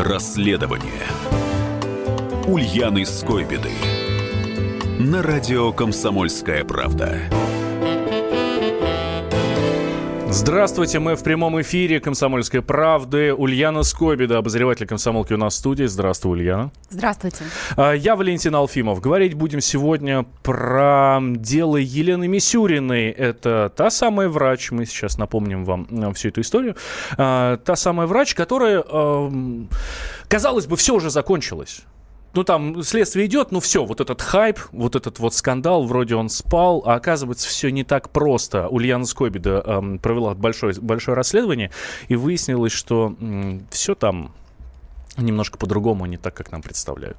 Расследование Ульяны Скойбеды на радио «Комсомольская правда». Здравствуйте, мы в прямом эфире «Комсомольской правды». Ульяна Скойбеда, обозреватель «Комсомолки» у нас в студии. Здравствуй, Ульяна. Здравствуйте. Я Валентин Алфимов. Говорить будем сегодня про дело Елены Мисюриной. Это та самая врач, мы сейчас напомним вам всю эту историю, та самая врач, которая, казалось бы, все уже закончилось. Ну, там следствие идет, ну, все, вот этот хайп, вот этот вот скандал, вроде он спал, а оказывается, все не так просто. Ульяна Скойбеда провела большое расследование, и выяснилось, что все там немножко по-другому, не так, как нам представляют.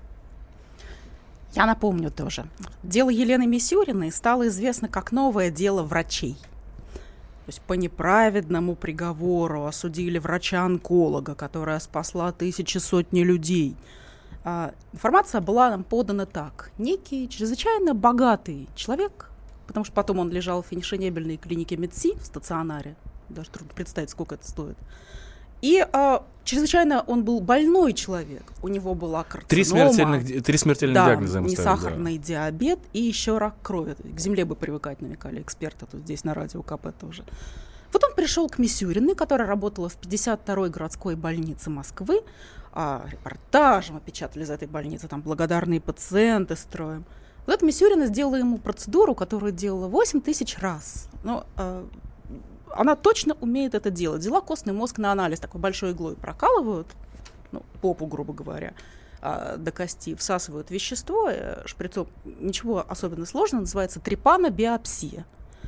Я напомню тоже. Дело Елены Мисюриной стало известно как новое дело врачей. То есть по неправедному приговору осудили врача-онколога, которая спасла тысячи, сотни людей. Информация была нам подана так. Некий чрезвычайно богатый человек, потому что потом он лежал в финишенебельной клинике МедСи в стационаре, даже трудно представить, сколько это стоит. И чрезвычайно он был больной человек. У него была карцинома. Три смертельных диагноза ему ставили. Несахарный диабет и еще рак крови. К земле бы привыкать, намекали эксперты тут здесь на радио КП тоже. Вот он пришел к Мисюриной, которая работала в 52-й городской больнице Москвы. Репортажи мы печатали из этой больницы, там благодарные пациенты строим. Вот эта Мисюрина сделала ему процедуру, которую делала 8 тысяч раз. Но она точно умеет это делать. Взяла костный мозг на анализ, такой большой иглой прокалывают, попу, грубо говоря, до кости, всасывают вещество, шприцом, ничего особенно сложного, называется трепанобиопсия.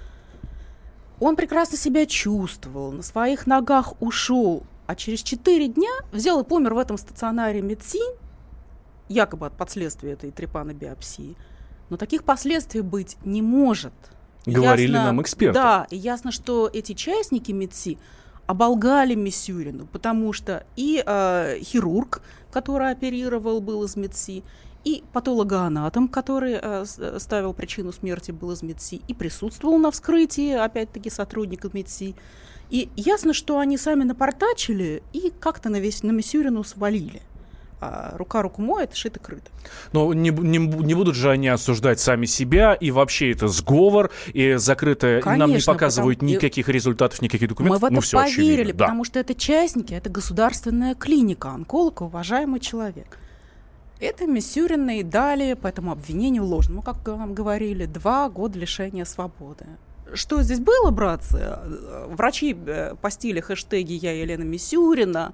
Он прекрасно себя чувствовал, на своих ногах ушел, а через 4 дня взял и помер в этом стационаре МедСи, якобы от последствий этой трепанобиопсии. Но таких последствий быть не может. Говорили нам эксперты. Да, и ясно, что эти частники МедСи оболгали Мисюрину, потому что и хирург, который оперировал, был из МедСи, и патологоанатом, который ставил причину смерти, был из МедСи, и присутствовал на вскрытии, опять-таки, сотрудник МедСи. И ясно, что они сами напортачили и как-то на Мисюрину свалили. Рука руку моет, шито-крыто. Но не будут же они осуждать сами себя, и вообще это сговор, и закрытое, конечно, нам не показывают никаких результатов, никаких документов. Мы в это поверили, потому что это частники, это государственная клиника, онколог, уважаемый человек. Это Мисюриной дали по этому обвинению ложному, как нам говорили, 2 года лишения свободы. Что здесь было, братцы? Врачи постили хэштеги «Я Елена Мисюрина»,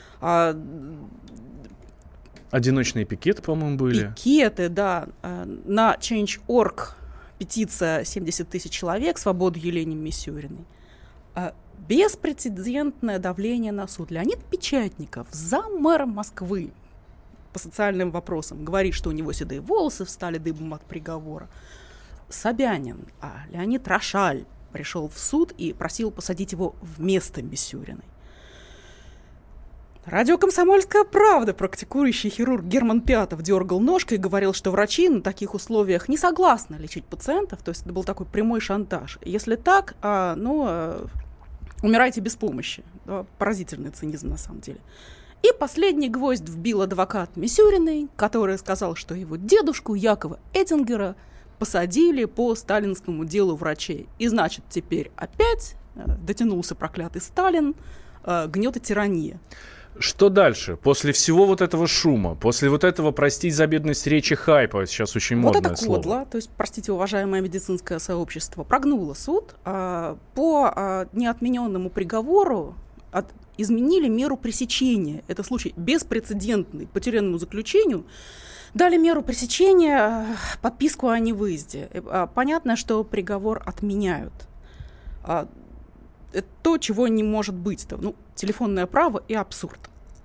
одиночные пикеты, по-моему, были. Пикеты, да. На Change.org петиция 70 тысяч человек, свободу Елене Мисюриной. Беспрецедентное давление на суд. Леонид Печатников, заммэра Москвы по социальным вопросам, говорит, что у него седые волосы встали дыбом от приговора. Собянин, Леонид Рошаль пришел в суд и просил посадить его вместо Мисюриной. Радио «Комсомольская правда» практикующий хирург Герман Пятов дергал ножкой и говорил, что врачи на таких условиях не согласны лечить пациентов, то есть это был такой прямой шантаж. Если так, умирайте без помощи. Поразительный цинизм на самом деле. И последний гвоздь вбил адвокат Мисюриной, который сказал, что его дедушку Якова Эттингера посадили по сталинскому делу врачей. И значит, теперь опять дотянулся проклятый Сталин, гнет и тирания. Что дальше? После всего вот этого шума, после вот этого, простите за бедность речи, хайпа, сейчас очень модное слово. Вот это кодло, то есть, простите, уважаемое медицинское сообщество, прогнуло суд. По неотмененному приговору изменили меру пресечения. Это случай беспрецедентный по тюремному заключению. Дали меру пресечения, подписку о невыезде. Понятно, что приговор отменяют. Это то, чего не может быть. Телефонное право и абсурд.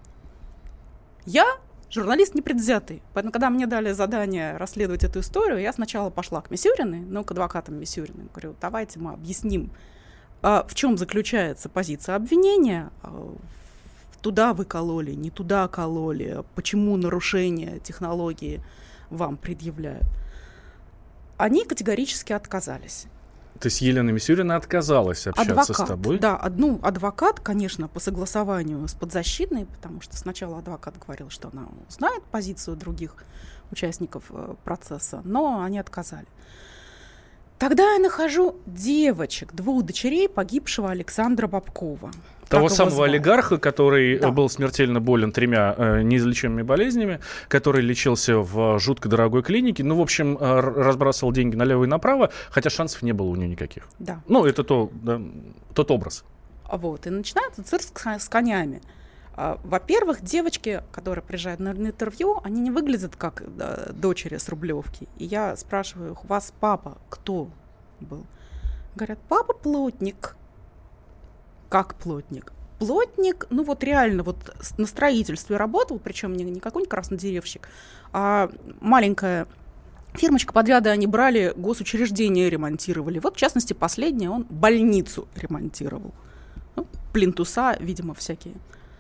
Я журналист непредвзятый, поэтому, когда мне дали задание расследовать эту историю, я сначала пошла к Мисюриной, к адвокатам Мисюриной. Говорю, давайте мы объясним, в чем заключается позиция обвинения. Туда вы кололи, не туда кололи, почему нарушение технологии вам предъявляют. Они категорически отказались. То есть Елена Мисюрина отказалась общаться с тобой? Да, адвокат, конечно, по согласованию с подзащитной, потому что сначала адвокат говорил, что она знает позицию других участников процесса, но они отказали. Тогда я нахожу девочек, 2 дочерей погибшего Александра Бабкова. Того самого олигарха, который был смертельно болен 3 неизлечимыми болезнями, который лечился в жутко дорогой клинике, в общем, разбрасывал деньги налево и направо, хотя шансов не было у него никаких. Да. Это тот образ. И начинается цирк с конями. Во-первых, девочки, которые приезжают на интервью, они не выглядят как дочери с Рублевки. И я спрашиваю, у вас папа кто был? Говорят, папа плотник. Как плотник? Плотник, реально на строительстве работал, причем не какой-нибудь краснодеревщик, а маленькая фирмочка, подряды они брали, госучреждения ремонтировали. В частности, последнее, он больницу ремонтировал. Плинтуса, видимо, всякие.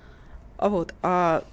А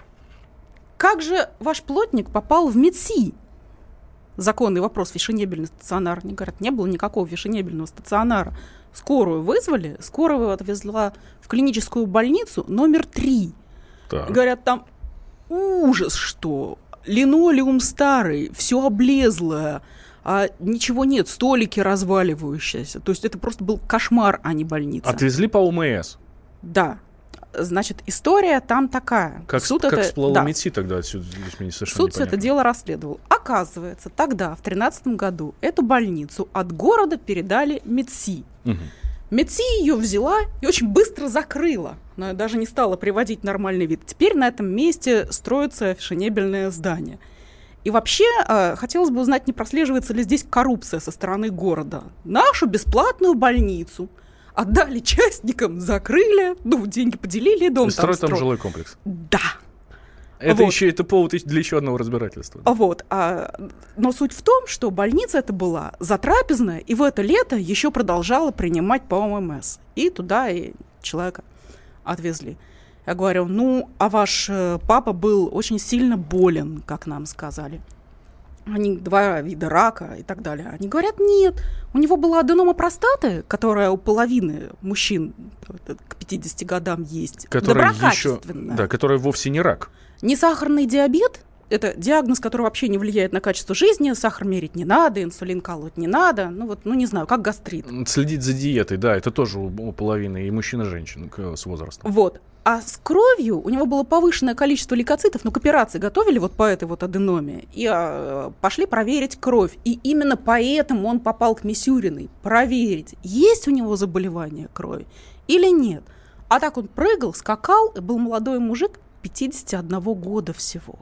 как же ваш плотник попал в МЕДСИ? Законный вопрос, фешенебельный стационар. Они говорят, не было никакого фешенебельного стационара. Скорую вызвали, скорую отвезла в клиническую больницу номер 3. Так. Говорят, там ужас, что линолеум старый, все облезлое, а ничего нет, столики разваливающиеся. То есть это просто был кошмар, а не больница. Отвезли по ОМС? Да. Значит, история там такая. Как всплыло МЕДСИ тогда отсюда? Мне совершенно суд непонятно. это дело расследовал. Оказывается, тогда, в 2013 году, эту больницу от города передали МЕДСИ. Угу. МЕДСИ ее взяла и очень быстро закрыла. Она даже не стала приводить нормальный вид. Теперь на этом месте строится фешенебельное здание. И вообще, хотелось бы узнать, не прослеживается ли здесь коррупция со стороны города. Нашу бесплатную больницу отдали частникам, закрыли, деньги поделили, дом там строят там жилой комплекс. Да. Это повод для еще одного разбирательства. Но суть в том, что больница это была затрапезная, и в это лето еще продолжала принимать по ОМС. И туда и человека отвезли. Я говорю, а ваш папа был очень сильно болен, как нам сказали. Они 2 вида рака и так далее. Они говорят, нет, у него была аденома простаты, которая у половины мужчин к 50 годам есть. Доброкачественная. Которая вовсе не рак. Не сахарный диабет, это диагноз, который вообще не влияет на качество жизни, сахар мерить не надо, инсулин колоть не надо, не знаю, как гастрит. Следить за диетой, да, это тоже у половины и мужчин, и женщин с возрастом. А с кровью у него было повышенное количество лейкоцитов, к операции готовили по этой аденоме, и пошли проверить кровь. И именно поэтому он попал к Мисюриной. Проверить, есть у него заболевание крови или нет. А так он прыгал, скакал, и был молодой мужик 51 года всего.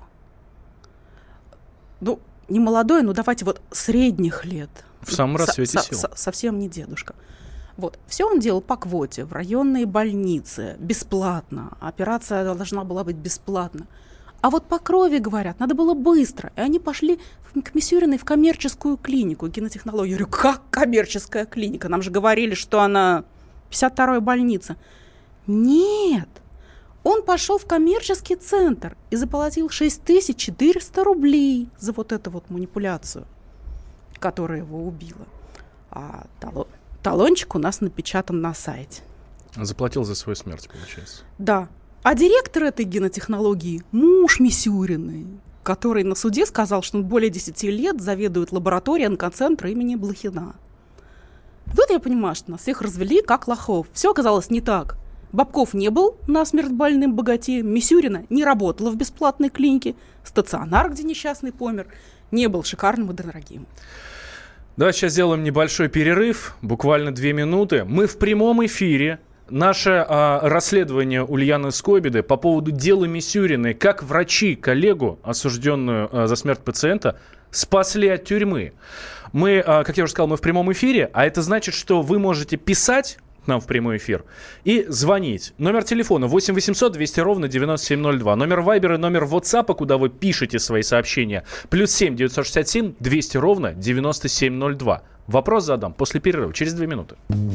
Не молодой, давайте средних лет. В самом расцвете сил. Совсем не дедушка. Все он делал по квоте, в районные больницы, бесплатно. Операция должна была быть бесплатна. А по крови, говорят, надо было быстро. И они пошли к Мисюриной в коммерческую клинику, генотехнологию. Я говорю, как коммерческая клиника? Нам же говорили, что она 52-я больница. Нет. Он пошел в коммерческий центр и заплатил 6400 рублей за эту манипуляцию, которая его убила. А талончик у нас напечатан на сайте. Заплатил за свою смерть, получается. Да. А директор этой генотехнологии – муж Мисюриной, который на суде сказал, что он более 10 лет заведует лабораторией онкоцентра имени Блохина. Тут я понимаю, что нас всех развели как лохов. Все оказалось не так. Бабков не был насмерть больным богатеем, Мисюрина не работала в бесплатной клинике, стационар, где несчастный помер, не был шикарным и дорогим. Да, сейчас сделаем небольшой перерыв, буквально 2 минуты. Мы в прямом эфире. Наше расследование Ульяны Скойбеды по поводу дела Мисюриной, как врачи коллегу, осужденную за смерть пациента, спасли от тюрьмы. Мы, как я уже сказал, мы в прямом эфире, а это значит, что вы можете писать нам в прямой эфир и звонить. Номер телефона 8 800 200 ровно 9702. Номер Вайбера и номер WhatsApp, куда вы пишете свои сообщения. +7 967 200 ровно 9702. Вопрос задам после перерыва, через 2 минуты.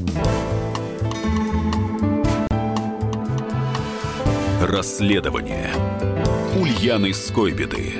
Расследование Ульяны Скойбеды.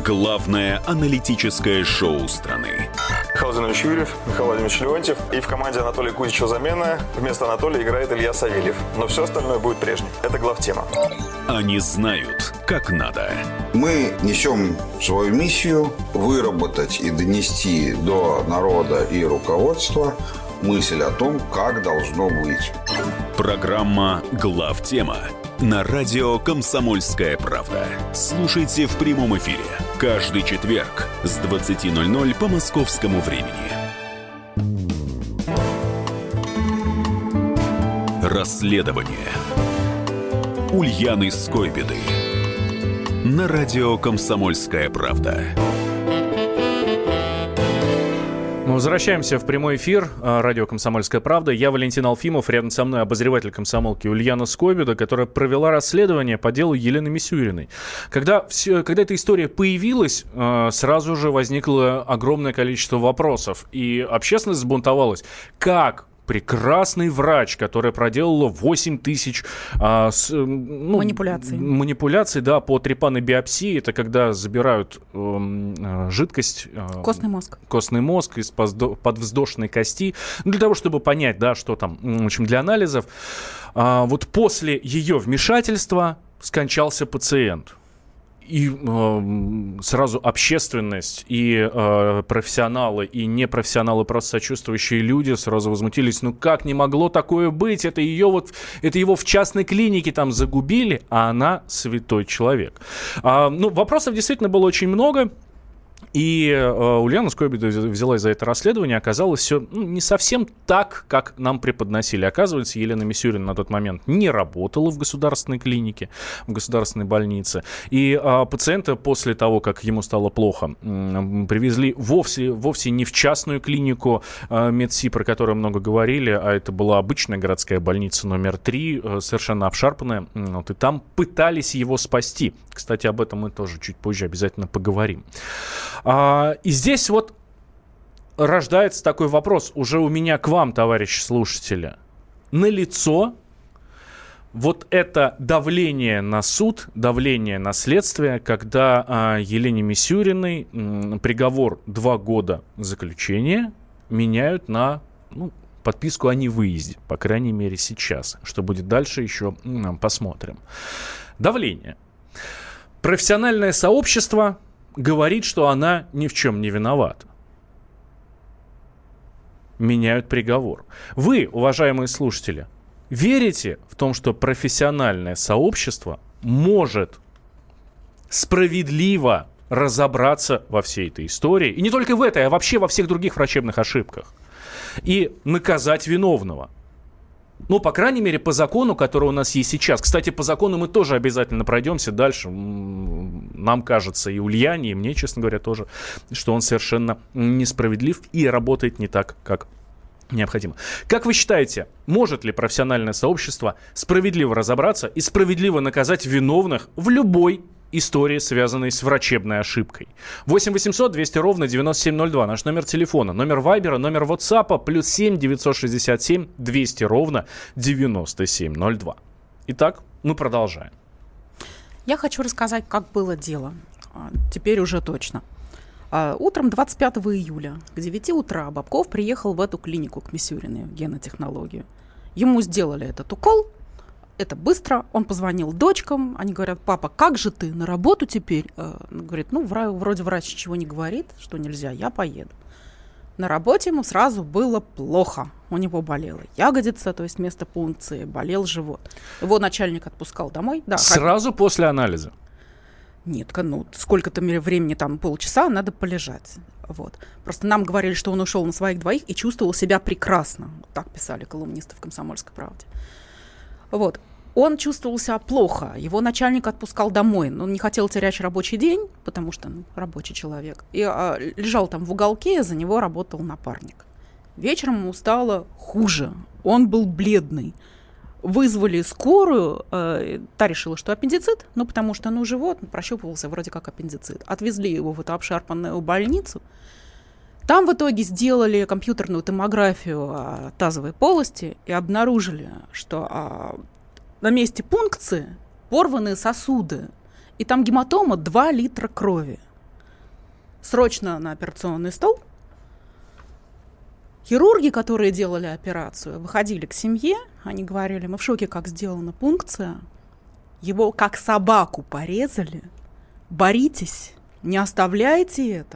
Главное аналитическое шоу страны. Михаил Владимирович Юрьев, Михаил Владимирович Леонтьев. И в команде Анатолия Кузичева замена. Вместо Анатолия играет Илья Савельев. Но все остальное будет прежним. Это главтема. Они знают, как надо. Мы несем свою миссию выработать и донести до народа и руководства мысль о том, как должно быть. Программа «Главтема» на радио «Комсомольская правда». Слушайте в прямом эфире каждый четверг с 20:00 по московскому времени. Расследование Ульяны Скойбеды на радио «Комсомольская правда». Мы возвращаемся в прямой эфир радио «Комсомольская правда». Я Валентин Алфимов, рядом со мной обозреватель комсомолки Ульяна Скойбеда, которая провела расследование по делу Елены Мисюриной. Когда эта история появилась, сразу же возникло огромное количество вопросов, и общественность взбунтовалась. Как прекрасный врач, которая проделала 8 тысяч манипуляций, да, по трепанной биопсии. Это когда забирают жидкость, костный мозг из подвздошной кости, для того, чтобы понять, да, что там, в общем, для анализов. Вот после ее вмешательства скончался пациент. И сразу общественность, и профессионалы, и непрофессионалы, просто сочувствующие люди сразу возмутились. Ну как не могло такое быть? Это его в частной клинике там загубили, а она святой человек. Вопросов действительно было очень много. И Ульяна Скойбеда взялась за это расследование. Оказалось, все не совсем так, как нам преподносили. Оказывается, Елена Мисюрина на тот момент не работала в государственной клинике, в государственной больнице. И пациента после того, как ему стало плохо, привезли вовсе не в частную клинику МедСи, про которую много говорили, а это была обычная городская больница номер 3, совершенно обшарпанная. И там пытались его спасти. Кстати, об этом мы тоже чуть позже обязательно поговорим. И здесь вот рождается такой вопрос уже у меня к вам, товарищи слушатели. Налицо вот это давление на суд, давление на следствие, когда Елене Мисюриной приговор 2 года заключения меняют на подписку о невыезде, по крайней мере сейчас. Что будет дальше, еще посмотрим. Давление. Профессиональное сообщество говорит, что она ни в чем не виновата. Меняют приговор. Вы, уважаемые слушатели, верите в том, что профессиональное сообщество может справедливо разобраться во всей этой истории, и не только в этой, а вообще во всех других врачебных ошибках, и наказать виновного? По крайней мере, по закону, который у нас есть сейчас. Кстати, по закону мы тоже обязательно пройдемся дальше. Нам кажется, и Ульяне, и мне, честно говоря, тоже, что он совершенно несправедлив и работает не так, как необходимо. Как вы считаете, может ли профессиональное сообщество справедливо разобраться и справедливо наказать виновных в любой истории, связанной с врачебной ошибкой? 8 800 200 ровно 9702. Наш номер телефона. Номер Вайбера, номер Ватсапа. +7 967 200 ровно 9702. Итак, мы продолжаем. Я хочу рассказать, как было дело. Теперь уже точно. Утром 25 июля к 9 утра Бабков приехал в эту клинику к Мисюриной, в генотехнологию. Ему сделали этот укол. Это быстро. Он позвонил дочкам. Они говорят: папа, как же ты на работу теперь? Он говорит: вроде врач ничего не говорит, что нельзя, я поеду. На работе ему сразу было плохо. У него болела ягодица, то есть место пункции, болел живот. Его начальник отпускал домой. Да, сразу после анализа? Нет, сколько-то времени, там полчаса, надо полежать. Вот. Просто нам говорили, что он ушел на своих двоих и чувствовал себя прекрасно. Так писали колумнисты в «Комсомольской правде». Вот. Он чувствовал себя плохо, его начальник отпускал домой, но он не хотел терять рабочий день, потому что рабочий человек, и лежал там в уголке, за него работал напарник. Вечером ему стало хуже, он был бледный. Вызвали скорую, та решила, что аппендицит, потому что живот прощупывался вроде как аппендицит. Отвезли его в эту обшарпанную больницу. Там в итоге сделали компьютерную томографию тазовой полости и обнаружили, что на месте пункции порваны сосуды, и там гематома 2 литра крови. срочно на операционный стол. Хирурги, которые делали операцию, выходили к семье, они говорили: мы в шоке, как сделана пункция, его как собаку порезали, боритесь, не оставляйте это.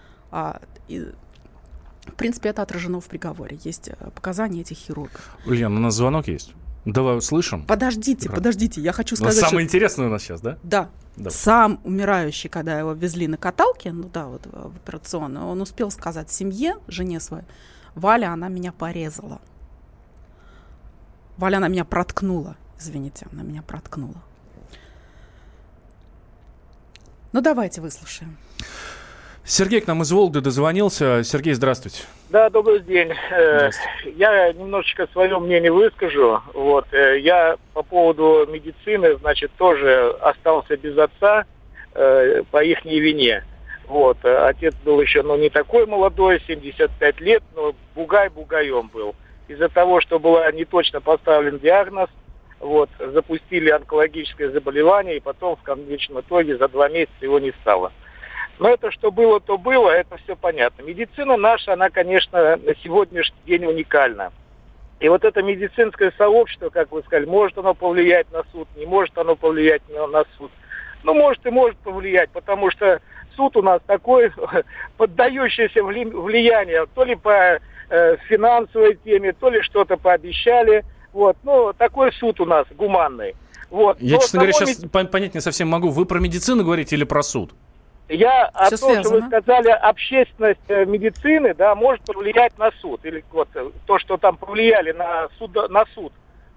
В принципе, это отражено в приговоре, есть показания этих хирургов. Ульяна, у нас звонок есть. Давай услышим. Подождите, я хочу сказать, самое интересное у нас сейчас, да? Да. Давай. Сам умирающий, когда его везли на каталке, вот в операционную, он успел сказать семье, жене своей: Валя, она меня порезала. Валя, она меня проткнула. Извините, она меня проткнула. Давайте выслушаем. Сергей к нам из Вологды дозвонился. Сергей, здравствуйте. Да, добрый день. Я немножечко свое мнение выскажу. Я по поводу медицины, тоже остался без отца по ихней вине. Отец был еще, не такой молодой, 75 лет, но бугай бугаем был. Из-за того, что был не точно поставлен диагноз, запустили онкологическое заболевание, и потом в конечном итоге за 2 месяца его не стало. Но это что было, то было, это все понятно. Медицина наша, она, конечно, на сегодняшний день уникальна. И это медицинское сообщество, как вы сказали, может оно повлиять на суд, не может оно повлиять на суд. Может и может повлиять, потому что суд у нас такой, поддающийся влиянию, то ли по финансовой теме, то ли что-то пообещали. Такой суд у нас гуманный. Я, честно говоря, сейчас понять не совсем могу. Вы про медицину говорите или про суд? Я о том, что вы сказали, общественность медицины, может повлиять на суд. Или то, что там повлияли на суд.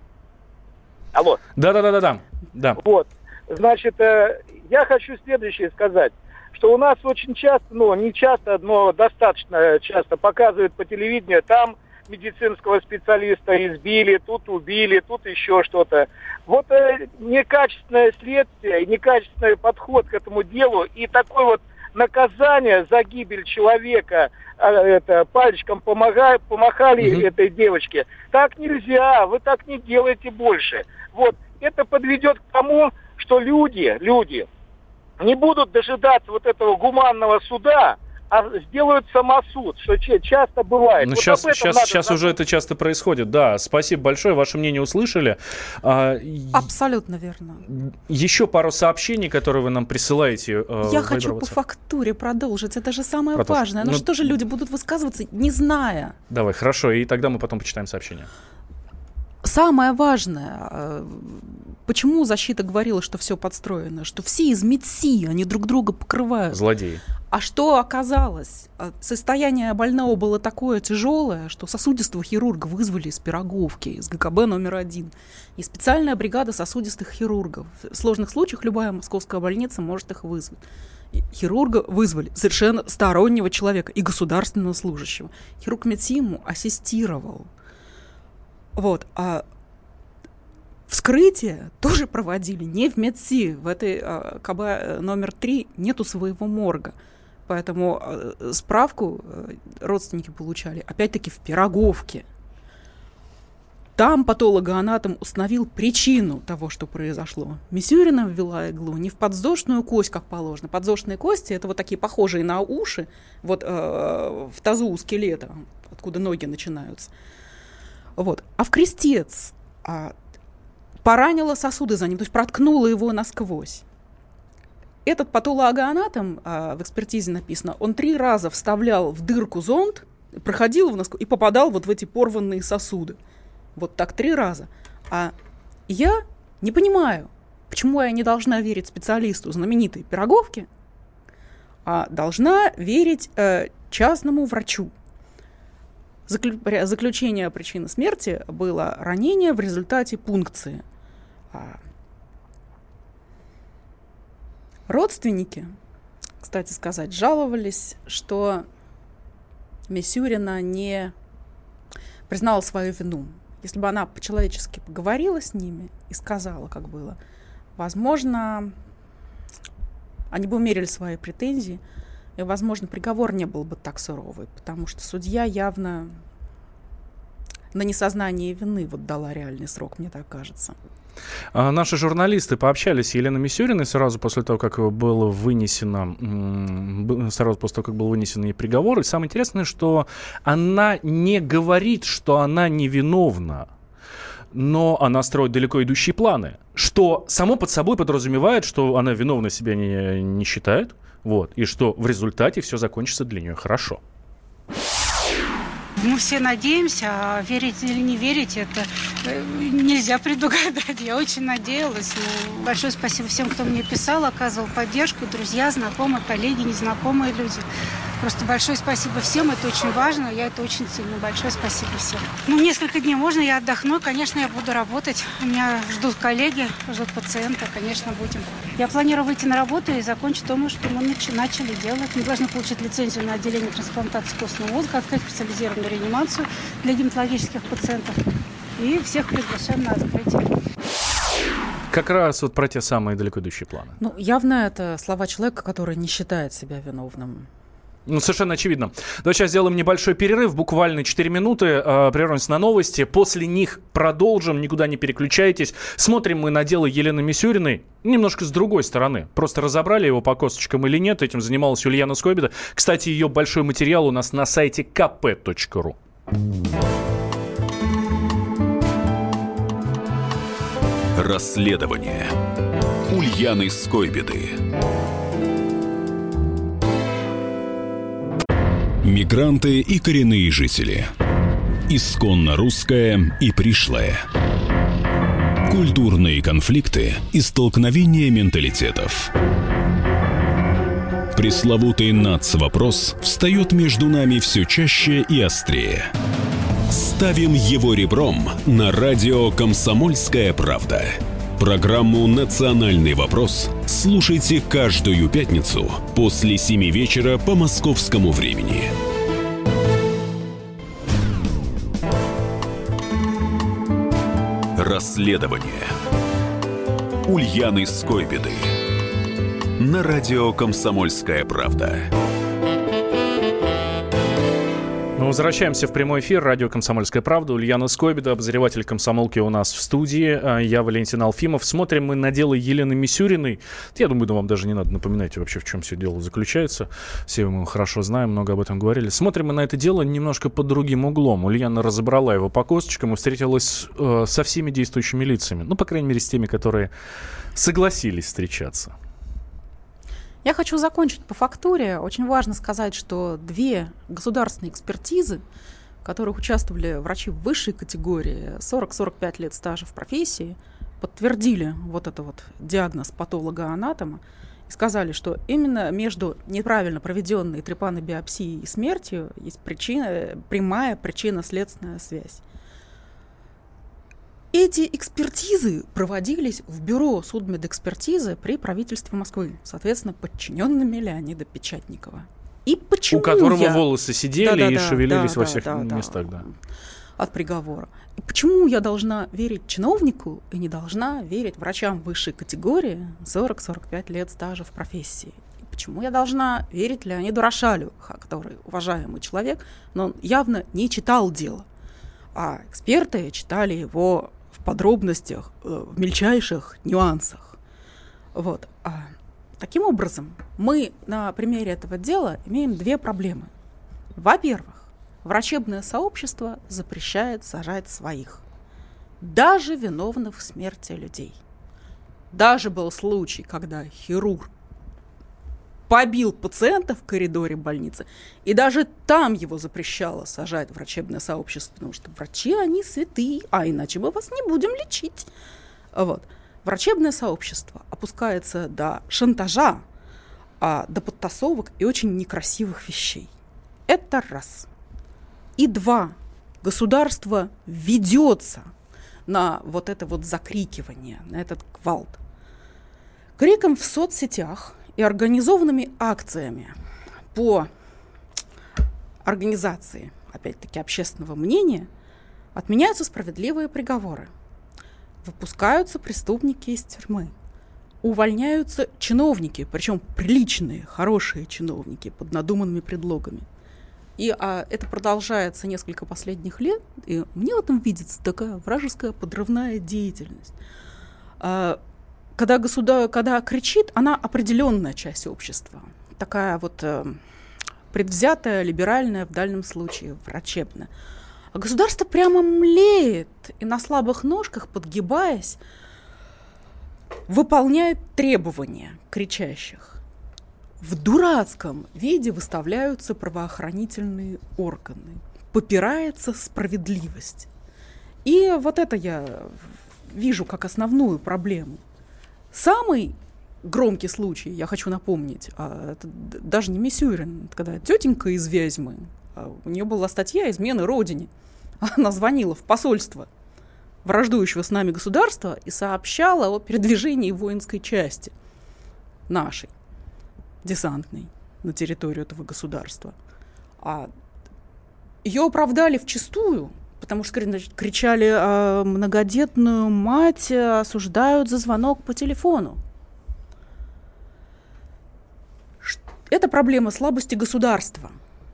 Алло. Да. Значит, я хочу следующее сказать, что у нас очень часто, не часто, но достаточно часто показывают по телевидению, там медицинского специалиста избили, тут убили, тут еще что-то. Некачественное следствие, некачественный подход к этому делу и такое наказание за гибель человека, пальчиком помахали этой девочке. Так нельзя, вы так не делаете больше. Это подведет к тому, что люди не будут дожидаться этого гуманного суда, а сделают самосуд, что часто бывает. Сейчас уже это часто происходит, да. Спасибо большое, ваше мнение услышали. Абсолютно верно. Еще пару сообщений, которые вы нам присылаете. Я хочу по фактуре продолжить, это же самое важное. Что же люди будут высказываться, не зная? Давай, хорошо, и тогда мы потом почитаем сообщения. Самое важное, почему защита говорила, что все подстроено, что все из МИДСИ, они друг друга покрывают. Злодеи. А что оказалось? Состояние больного было такое тяжелое, что сосудистого хирурга вызвали из Пироговки, из ГКБ номер 1. И специальная бригада сосудистых хирургов. В сложных случаях любая московская больница может их вызвать. Хирурга вызвали, совершенно стороннего человека и государственного служащего. Хирург МИДСИ ему ассистировал. А вскрытие тоже проводили не в МИДСИ. В этой КБ номер 3 нету своего морга. Поэтому справку родственники получали, опять-таки, в Пироговке. Там патологоанатом установил причину того, что произошло. Мисюрина ввела иглу не в подвздошную кость, как положено. Подвздошные кости — это такие похожие на уши, в тазу у скелета, откуда ноги начинаются. А в крестец поранила сосуды за ним, то есть проткнула его насквозь. Этот патологоанатом, в экспертизе написано, он 3 раза вставлял в дырку зонд, проходил его насквозь и попадал в эти порванные сосуды. Так 3 раза. А я не понимаю, почему я не должна верить специалисту знаменитой Пироговки, а должна верить частному врачу. Заключение причины смерти было ранение в результате пункции. Родственники, кстати сказать, жаловались, что Мисюрина не признала свою вину. Если бы она по-человечески поговорила с ними и сказала, как было, возможно, они бы умерили свои претензии, и, возможно, приговор не был бы так суровый, потому что судья явно на несознание вины вот дала реальный срок, мне так кажется. Наши журналисты пообщались с Еленой Мисюриной сразу после того, как был вынесен ей приговор. И самое интересное, что она не говорит, что она невиновна, но она строит далеко идущие планы, что само под собой подразумевает, что она виновной себя не считает, вот, и что в результате все закончится для нее хорошо. Мы все надеемся, а верить или не верить, это нельзя предугадать. Я очень надеялась. Большое спасибо всем, кто мне писал, оказывал поддержку, друзья, знакомые, коллеги, незнакомые люди. Просто большое спасибо всем, это очень важно, я это очень ценю. Большое спасибо всем. Несколько дней можно, я отдохну, конечно, я буду работать. Меня ждут коллеги, ждут пациента, конечно, будем. Я планирую выйти на работу и закончить то, что мы начали делать. Мы должны получить лицензию на отделение трансплантации костного мозга, открыть специализированную реанимацию для гематологических пациентов. И всех приглашаем на открытие. Как раз вот про те самые далеко идущие планы. Явно это слова человека, который не считает себя виновным. Совершенно очевидно. Давайте сейчас сделаем небольшой перерыв, буквально 4 минуты, прервемся на новости, после них продолжим, никуда не переключайтесь. Смотрим мы на дело Елены Мисюриной немножко с другой стороны. Просто разобрали его по косточкам или нет, этим занималась Ульяна Скойбеда. Кстати, ее большой материал у нас на сайте kp.ru. Расследование Ульяны Скойбеды. Мигранты и коренные жители. Исконно русское и пришлое. Культурные конфликты и столкновения менталитетов. Пресловутый НАЦ-вопрос встает между нами все чаще и острее. Ставим его ребром на радио «Комсомольская правда». Программу «Национальный вопрос» слушайте каждую пятницу после 7 вечера по московскому времени. Расследование Ульяны Скойбеды на радио «Комсомольская правда». Мы возвращаемся в прямой эфир. Радио «Комсомольская правда». Ульяна Скойбеда, обозреватель «Комсомолки» у нас в студии. Я Валентин Алфимов. Смотрим мы на дело Елены Мисюриной. Я думаю, вам даже не надо напоминать вообще, в чем все дело заключается. Все мы хорошо знаем, много об этом говорили. Смотрим мы на это дело немножко под другим углом. Ульяна разобрала его по косточкам и встретилась со всеми действующими лицами. По крайней мере, с теми, которые согласились встречаться. Я хочу закончить по фактуре. Очень важно сказать, что 2 государственные экспертизы, в которых участвовали врачи высшей категории, 40-45 лет стажа в профессии, подтвердили вот этот вот диагноз патолога-анатома и сказали, что именно между неправильно проведенной трепанобиопсией и смертью есть прямая причинно-следственная связь. Эти экспертизы проводились в бюро судмедэкспертизы при правительстве Москвы, соответственно, подчиненными Леонида Печатникова. И почему у которого волосы сидели и шевелились во всех местах. От приговора. И почему я должна верить чиновнику и не должна верить врачам высшей категории 40-45 лет стажа в профессии? И почему я должна верить Леониду Рошалю, который уважаемый человек, но он явно не читал дело, а эксперты читали его в подробностях, в мельчайших нюансах. Таким образом, мы на примере этого дела имеем 2 проблемы. Во-первых, врачебное сообщество запрещает сажать своих, даже виновных в смерти людей. Даже был случай, когда хирург побил пациента в коридоре больницы, и даже там его запрещало сажать врачебное сообщество, потому что врачи, они святые, а иначе мы вас не будем лечить. Врачебное сообщество опускается до шантажа, до подтасовок и очень некрасивых вещей. Это раз. И 2. Государство ведется на вот это вот закрикивание, на этот гвалт. Криком в соцсетях и организованными акциями по организации, опять-таки, общественного мнения отменяются справедливые приговоры, выпускаются преступники из тюрьмы, увольняются чиновники, причем приличные, хорошие чиновники под надуманными предлогами. И это продолжается несколько последних лет, и мне в этом видится такая вражеская подрывная деятельность. Когда кричит, она определенная часть общества, такая вот предвзятая, либеральная, в дальнем случае врачебная. А государство прямо млеет и на слабых ножках, подгибаясь, выполняет требования кричащих. В дурацком виде выставляются правоохранительные органы, попирается справедливость. И вот это я вижу как основную проблему. Самый громкий случай, я хочу напомнить, это даже не Мисюрин, когда тетенька из Вязьмы, у нее была статья «Измены Родине». Она звонила в посольство враждующего с нами государства и сообщала о передвижении воинской части нашей, десантной, на территорию этого государства. Ее оправдали вчистую, потому что кричали: многодетную мать осуждают за звонок по телефону. Это проблема слабости государства.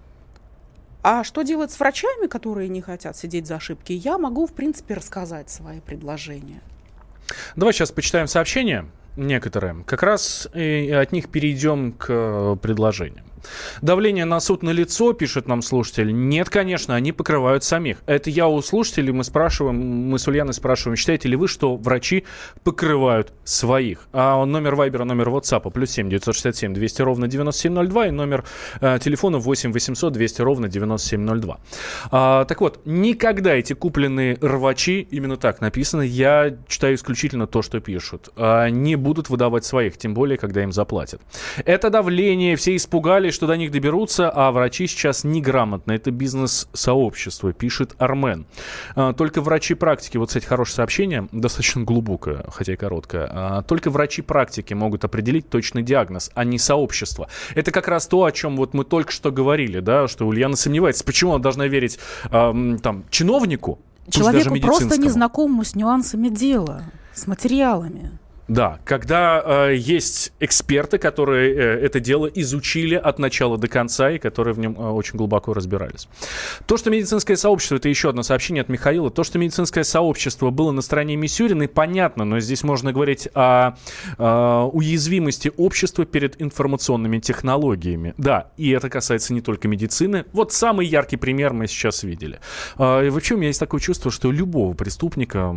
А что делать с врачами, которые не хотят сидеть за ошибки, я могу, в принципе, рассказать свои предложения. Давай сейчас почитаем сообщения некоторые. Как раз и от них перейдем к предложениям. Давление на суд налицо, пишет нам слушатель. Нет, конечно, они покрывают самих. Это я у слушателей, мы с Ульяной спрашиваем, считаете ли вы, что врачи покрывают своих? А номер Вайбера, номер WhatsApp, +7 967 200 ровно 9702 и номер телефона 8 800 200 ровно 9702. Так вот, никогда эти купленные рвачи, именно так написано, я читаю исключительно то, что пишут, не будут выдавать своих, тем более, когда им заплатят. Это давление, все испугались, что до них доберутся, а врачи сейчас неграмотны. Это бизнес-сообщество, пишет Армен. Только врачи практики, вот, кстати, хорошее сообщение, достаточно глубокое, хотя и короткое. Только врачи практики могут определить точный диагноз, а не сообщество. Это как раз то, о чем вот мы только что говорили, да, что Ульяна сомневается. Почему она должна верить чиновнику? Человеку просто незнакомому с нюансами дела, с материалами. Да, когда есть эксперты, которые это дело изучили от начала до конца и которые в нем очень глубоко разбирались. То, что медицинское сообщество, это еще одно сообщение от Михаила, то, что медицинское сообщество было на стороне Мисюриной, понятно, но здесь можно говорить о уязвимости общества перед информационными технологиями. Да, и это касается не только медицины. Вот самый яркий пример мы сейчас видели. И вообще у меня есть такое чувство, что любого преступника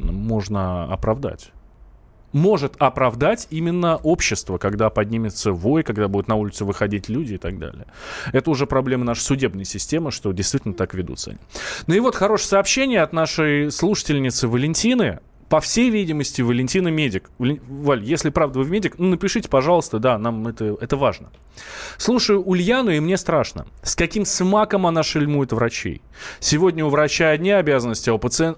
можно оправдать. Может оправдать именно общество, когда поднимется вой, когда будут на улицу выходить люди и так далее. Это уже проблема нашей судебной системы, что действительно так ведутся они. Ну и вот хорошее сообщение от нашей слушательницы Валентины. По всей видимости, Валентина медик. Валь, если правда вы медик, напишите, пожалуйста, да, нам это важно. Слушаю Ульяну, и мне страшно. С каким смаком она шельмует врачей. Сегодня у врача одни обязанности,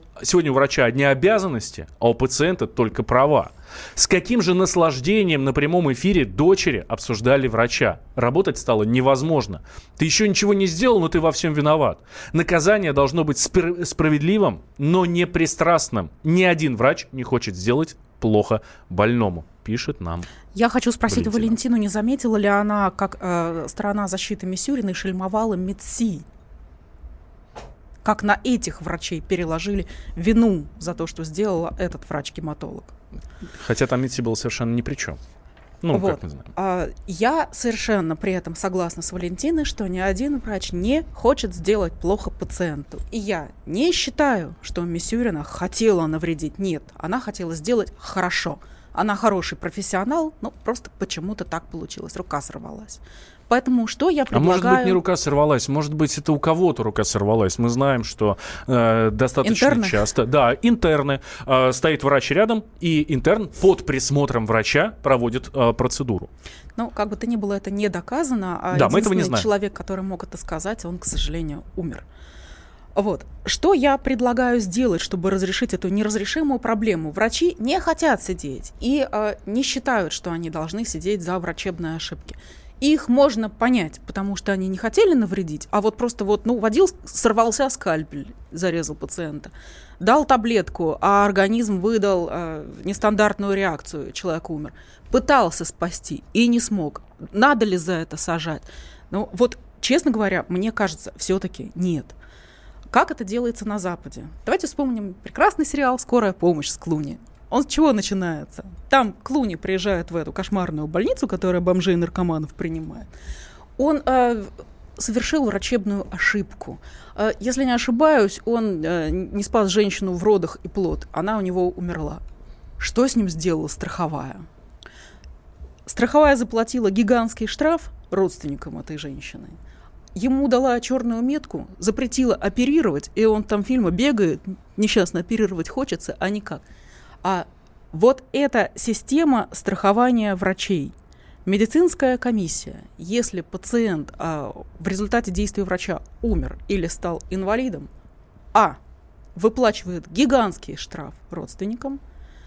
а у пациента только права. С каким же наслаждением на прямом эфире дочери обсуждали врача. Работать стало невозможно. Ты еще ничего не сделал, но ты во всем виноват. Наказание должно быть справедливым, но не пристрастным. Ни один врач не хочет сделать плохо больному, пишет нам. Я хочу спросить Валентину, не заметила ли она, как сторона защиты Мисюриной шельмовала МЕДСИ? Как на этих врачей переложили вину за то, что сделала этот врач-гематолог? Хотя там МЕДСИ был совершенно ни при чем. Как мы знаем. Я совершенно при этом согласна с Валентиной, что ни один врач не хочет сделать плохо пациенту. И я не считаю, что Мисюрина хотела навредить. Нет, она хотела сделать хорошо. Она хороший профессионал, но просто почему-то так получилось. Рука сорвалась. Поэтому что я предлагаю... А может быть, не рука сорвалась, может быть, это у кого-то рука сорвалась. Мы знаем, что достаточно часто... Да, интерны. Стоит врач рядом, и интерн под присмотром врача проводит процедуру. Как бы то ни было, это не доказано. Да, мы этого не знаем. Человек, который мог это сказать, он, к сожалению, умер. Вот. Что я предлагаю сделать, чтобы разрешить эту неразрешимую проблему? Врачи не хотят сидеть и не считают, что они должны сидеть за врачебные ошибки. Их можно понять, потому что они не хотели навредить, а вот просто водил, сорвался скальпель, зарезал пациента, дал таблетку, а организм выдал нестандартную реакцию, человек умер. Пытался спасти и не смог. Надо ли за это сажать? честно говоря, мне кажется, все-таки нет. Как это делается на Западе? Давайте вспомним прекрасный сериал «Скорая помощь» с Клуни. Он с чего начинается? Там Клуни приезжает в эту кошмарную больницу, которая бомжей и наркоманов принимает. Он совершил врачебную ошибку. Если не ошибаюсь, он не спас женщину в родах и плод. Она у него умерла. Что с ним сделала страховая? Страховая заплатила гигантский штраф родственникам этой женщины. Ему дала черную метку, запретила оперировать, и он там фильма бегает, несчастно оперировать хочется, а никак. А вот эта система страхования врачей. Медицинская комиссия, если пациент в результате действия врача умер или стал инвалидом, выплачивает гигантский штраф родственникам,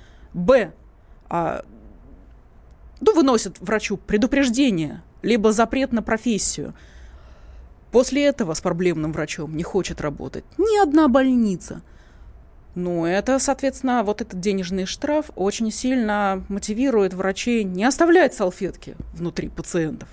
выносит врачу предупреждение, либо запрет на профессию. После этого с проблемным врачом не хочет работать ни одна больница. Ну, это, соответственно, вот этот денежный штраф очень сильно мотивирует врачей не оставлять салфетки внутри пациентов.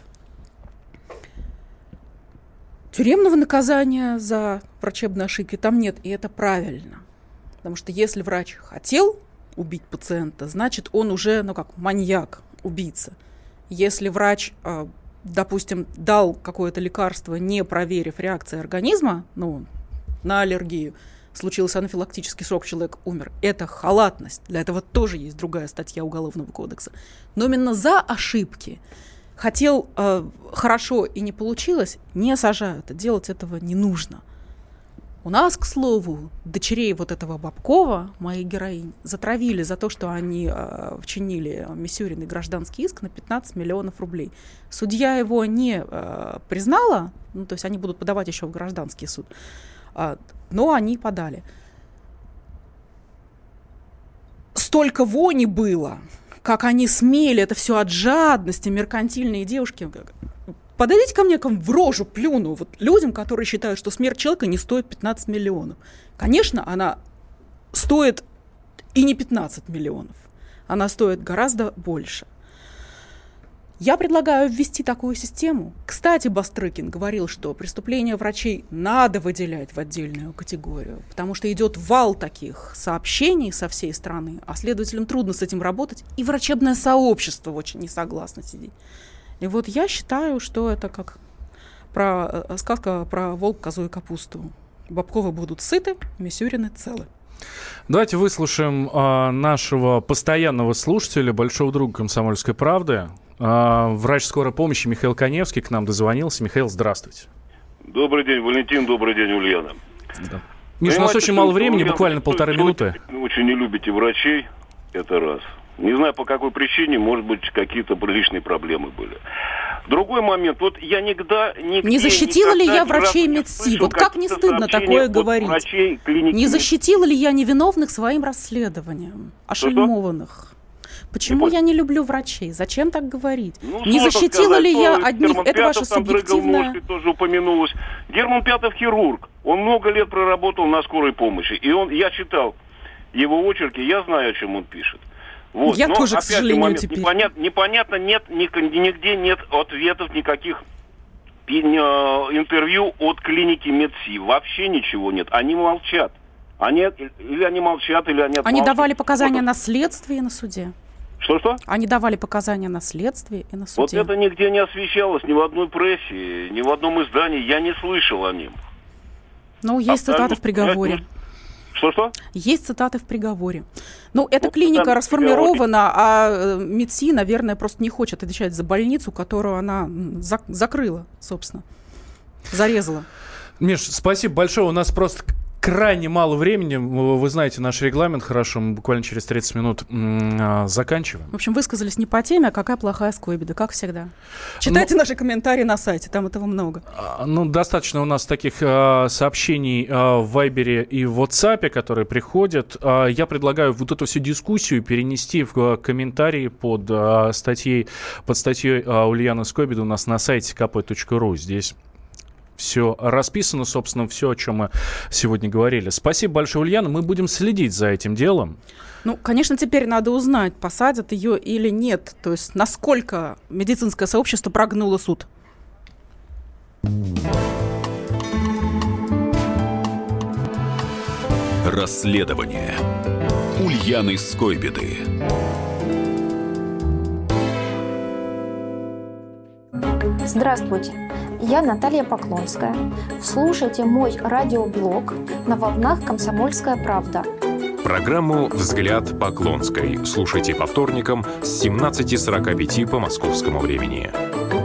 Тюремного наказания за врачебные ошибки там нет, и это правильно. Потому что если врач хотел убить пациента, значит, он уже, маньяк, убийца. Если врач, допустим, дал какое-то лекарство, не проверив реакции организма, на аллергию, случился анафилактический шок, человек умер. Это халатность. Для этого тоже есть другая статья Уголовного кодекса. Но именно за ошибки хотел хорошо и не получилось, не сажают. Делать этого не нужно. У нас, к слову, дочерей вот этого Бабкова, моих героинь, затравили за то, что они вчинили Мисюриной гражданский иск на 15 миллионов рублей. Судья его не признала, то есть они будут подавать еще в гражданский суд, но они подали. Столько вони было, как они смели, это все от жадности, меркантильные девушки. Подойдите ко мне в рожу плюну людям, которые считают, что смерть человека не стоит 15 миллионов. Конечно, она стоит и не 15 миллионов. Она стоит гораздо больше. Я предлагаю ввести такую систему. Кстати, Бастрыкин говорил, что преступления врачей надо выделять в отдельную категорию, потому что идет вал таких сообщений со всей страны, а следователям трудно с этим работать, и врачебное сообщество очень не согласно сидеть. И вот я считаю, что это как сказка про волк, козу и капусту. Бабковы будут сыты, Мисюрины целы. Давайте выслушаем нашего постоянного слушателя, большого друга «Комсомольской правды», врач скорой помощи Михаил Каневский к нам дозвонился. Михаил, здравствуйте. Добрый день, Валентин, добрый день, Ульяна. Да. Миш, у нас очень мало времени, буквально 1,5 минуты. Очень не любите врачей, это раз. Не знаю, по какой причине, может быть, какие-то личные проблемы были. Другой момент, не защитила ли я врачей МедСи? Вот как не стыдно такое говорить? Не защитила ли я невиновных своим расследованием? Ошельмованных? Почему я не люблю врачей? Зачем так говорить? Не защитила ли я одних? Это ваше субъективное... тоже упомянулось. Герман Пятов хирург. Он много лет проработал на скорой помощи. И я читал его очерки, я знаю, о чем он пишет. Вот. Я тоже, к сожалению, теперь. Непонятно, нигде нет ответов, никаких интервью от клиники МедСи. Вообще ничего нет. Они молчат. Или они молчат, или они отмалчивают. Они давали показания на следствии и на суде. Что? Они давали показания на следствии и на суде. Вот это нигде не освещалось, ни в одной прессе, ни в одном издании. Я не слышал о нем. Есть цитаты в приговоре. Что? Есть цитаты в приговоре. Эта клиника расформирована, а МедСи, наверное, просто не хочет отвечать за больницу, которую она закрыла, собственно. Зарезала. Миш, спасибо большое. У нас просто крайне мало времени. Вы знаете наш регламент хорошо. Мы буквально через 30 минут заканчиваем. В общем, высказались не по теме, а какая плохая Скобида, как всегда. Читайте наши комментарии на сайте, там этого много. Достаточно у нас таких сообщений в Вайбере и в WhatsApp, которые приходят. Я предлагаю вот эту всю дискуссию перенести в комментарии под статьей Ульяны Скобиды у нас на сайте kp.ru. Здесь все расписано, собственно, все, о чем мы сегодня говорили. Спасибо большое, Ульяна. Мы будем следить за этим делом. Конечно, теперь надо узнать, посадят ее или нет. То есть, насколько медицинское сообщество прогнуло суд. Расследование Ульяны Скойбеды. Здравствуйте, я Наталья Поклонская. Слушайте мой радиоблог на волнах «Комсомольская правда». Программу «Взгляд Поклонской» слушайте по вторникам с 17:45 по московскому времени.